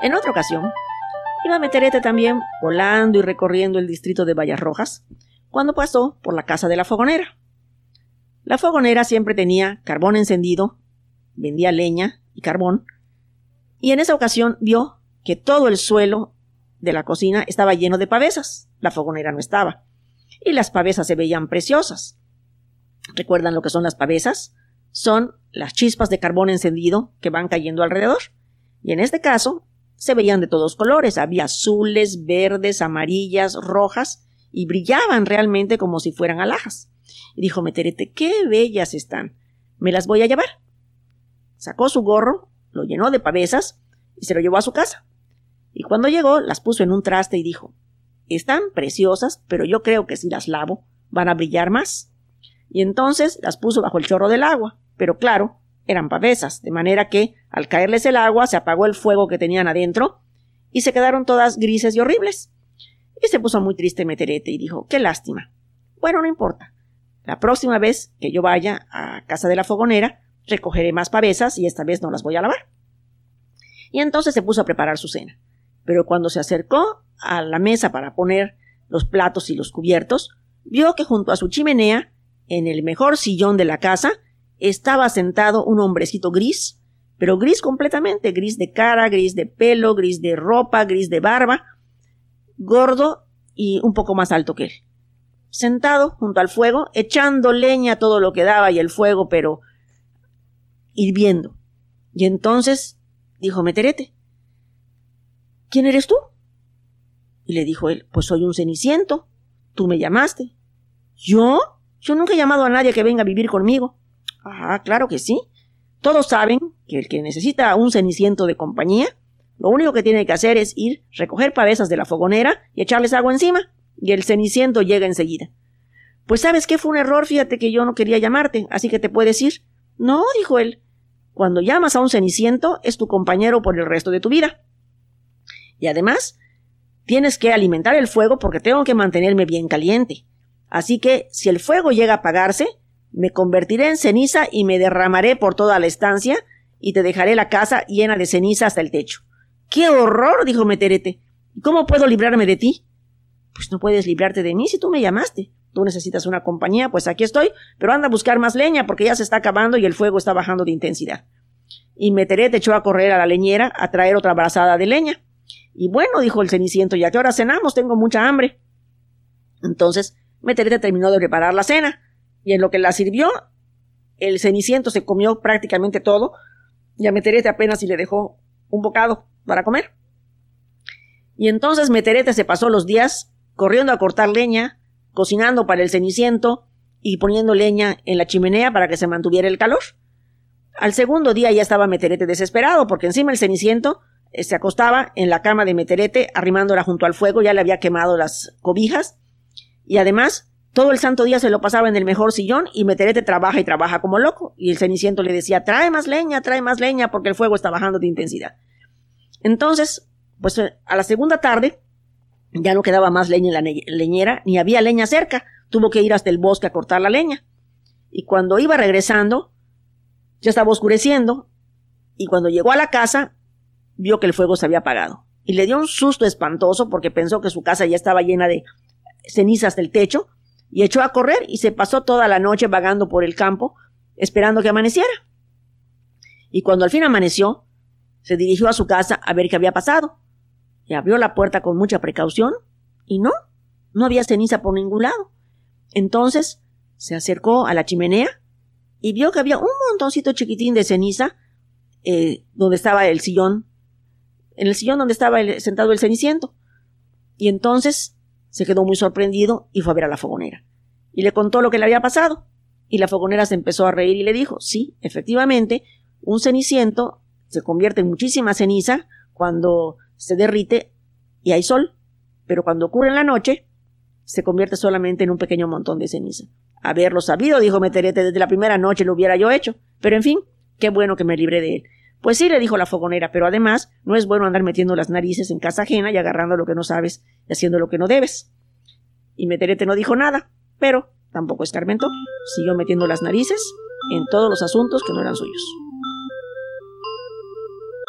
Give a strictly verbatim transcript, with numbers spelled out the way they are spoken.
En otra ocasión, iba Meterete también volando y recorriendo el distrito de Vallas Rojas, cuando pasó por la casa de la fogonera. La fogonera siempre tenía carbón encendido, vendía leña y carbón, y en esa ocasión vio que todo el suelo de la cocina estaba lleno de pavesas. La fogonera no estaba, y las pavesas se veían preciosas. ¿Recuerdan lo que son las pavesas? Son las chispas de carbón encendido que van cayendo alrededor, y en este caso se veían de todos colores. Había azules, verdes, amarillas, rojas, y brillaban realmente como si fueran alhajas. Y dijo Meterete: ¡qué bellas están! Me las voy a llevar. Sacó su gorro, lo llenó de pavesas y se lo llevó a su casa. Y cuando llegó, las puso en un traste y dijo: están preciosas, pero yo creo que si las lavo van a brillar más. Y entonces las puso bajo el chorro del agua, pero claro, eran pavesas, de manera que al caerles el agua se apagó el fuego que tenían adentro y se quedaron todas grises y horribles. Y se puso muy triste Meterete y dijo: qué lástima. Bueno, no importa. La próxima vez que yo vaya a casa de la fogonera, recogeré más pavesas y esta vez no las voy a lavar. Y entonces se puso a preparar su cena. Pero cuando se acercó a la mesa para poner los platos y los cubiertos, vio que junto a su chimenea, en el mejor sillón de la casa, estaba sentado un hombrecito gris, pero gris completamente, gris de cara, gris de pelo, gris de ropa, gris de barba, gordo y un poco más alto que él. Sentado junto al fuego, echando leña todo lo que daba y el fuego, pero hirviendo. Y entonces dijo Meterete: ¿quién eres tú? Y le dijo él: pues soy un ceniciento, tú me llamaste. ¿Yo? Yo nunca he llamado a nadie que venga a vivir conmigo. Ah, claro que sí. Todos saben que el que necesita un ceniciento de compañía, lo único que tiene que hacer es ir, recoger pavesas de la fogonera y echarles agua encima, y el ceniciento llega enseguida. Pues ¿sabes qué? Fue un error, fíjate que yo no quería llamarte, así que te puedes ir. No, dijo él, cuando llamas a un ceniciento es tu compañero por el resto de tu vida. Y además, tienes que alimentar el fuego porque tengo que mantenerme bien caliente. Así que, si el fuego llega a apagarse, me convertiré en ceniza y me derramaré por toda la estancia y te dejaré la casa llena de ceniza hasta el techo. ¡Qué horror!, dijo Meterete. ¿Y cómo puedo librarme de ti? Pues no puedes librarte de mí si tú me llamaste. Tú necesitas una compañía, pues aquí estoy, pero anda a buscar más leña porque ya se está acabando y el fuego está bajando de intensidad. Y Meterete echó a correr a la leñera a traer otra brazada de leña. Y bueno, dijo el ceniciento, ¿y a qué hora cenamos? Tengo mucha hambre. Entonces Meterete terminó de preparar la cena, y en lo que la sirvió, el ceniciento se comió prácticamente todo, y a Meterete apenas si le dejó un bocado para comer. Y entonces Meterete se pasó los días corriendo a cortar leña, cocinando para el ceniciento y poniendo leña en la chimenea para que se mantuviera el calor. Al segundo día ya estaba Meterete desesperado, porque encima el ceniciento eh, se acostaba en la cama de Meterete, arrimándola junto al fuego, ya le había quemado las cobijas, y además todo el santo día se lo pasaba en el mejor sillón, y Meterete trabaja y trabaja como loco, y el ceniciento le decía: trae más leña, trae más leña, porque el fuego está bajando de intensidad. Entonces, pues a la segunda tarde ya no quedaba más leña en la leñera, ni había leña cerca, tuvo que ir hasta el bosque a cortar la leña, y cuando iba regresando ya estaba oscureciendo, y cuando llegó a la casa vio que el fuego se había apagado, y le dio un susto espantoso porque pensó que su casa ya estaba llena de cenizas hasta el techo, y echó a correr y se pasó toda la noche vagando por el campo esperando que amaneciera. Y cuando al fin amaneció, se dirigió a su casa a ver qué había pasado, y abrió la puerta con mucha precaución, y no, no había ceniza por ningún lado. Entonces se acercó a la chimenea y vio que había un montoncito chiquitín de ceniza eh, donde estaba el sillón, en el sillón donde estaba el, sentado el ceniciento. Y entonces se quedó muy sorprendido y fue a ver a la fogonera. Y le contó lo que le había pasado. Y la fogonera se empezó a reír y le dijo: sí, efectivamente, un ceniciento se convierte en muchísima ceniza cuando se derrite y hay sol. Pero cuando ocurre en la noche, se convierte solamente en un pequeño montón de ceniza. Haberlo sabido, dijo Meterete, desde la primera noche lo hubiera yo hecho. Pero en fin, qué bueno que me libré de él. Pues sí, le dijo la fogonera, pero además no es bueno andar metiendo las narices en casa ajena y agarrando lo que no sabes y haciendo lo que no debes. Y Meterete no dijo nada, pero tampoco escarmentó. Siguió metiendo las narices en todos los asuntos que no eran suyos.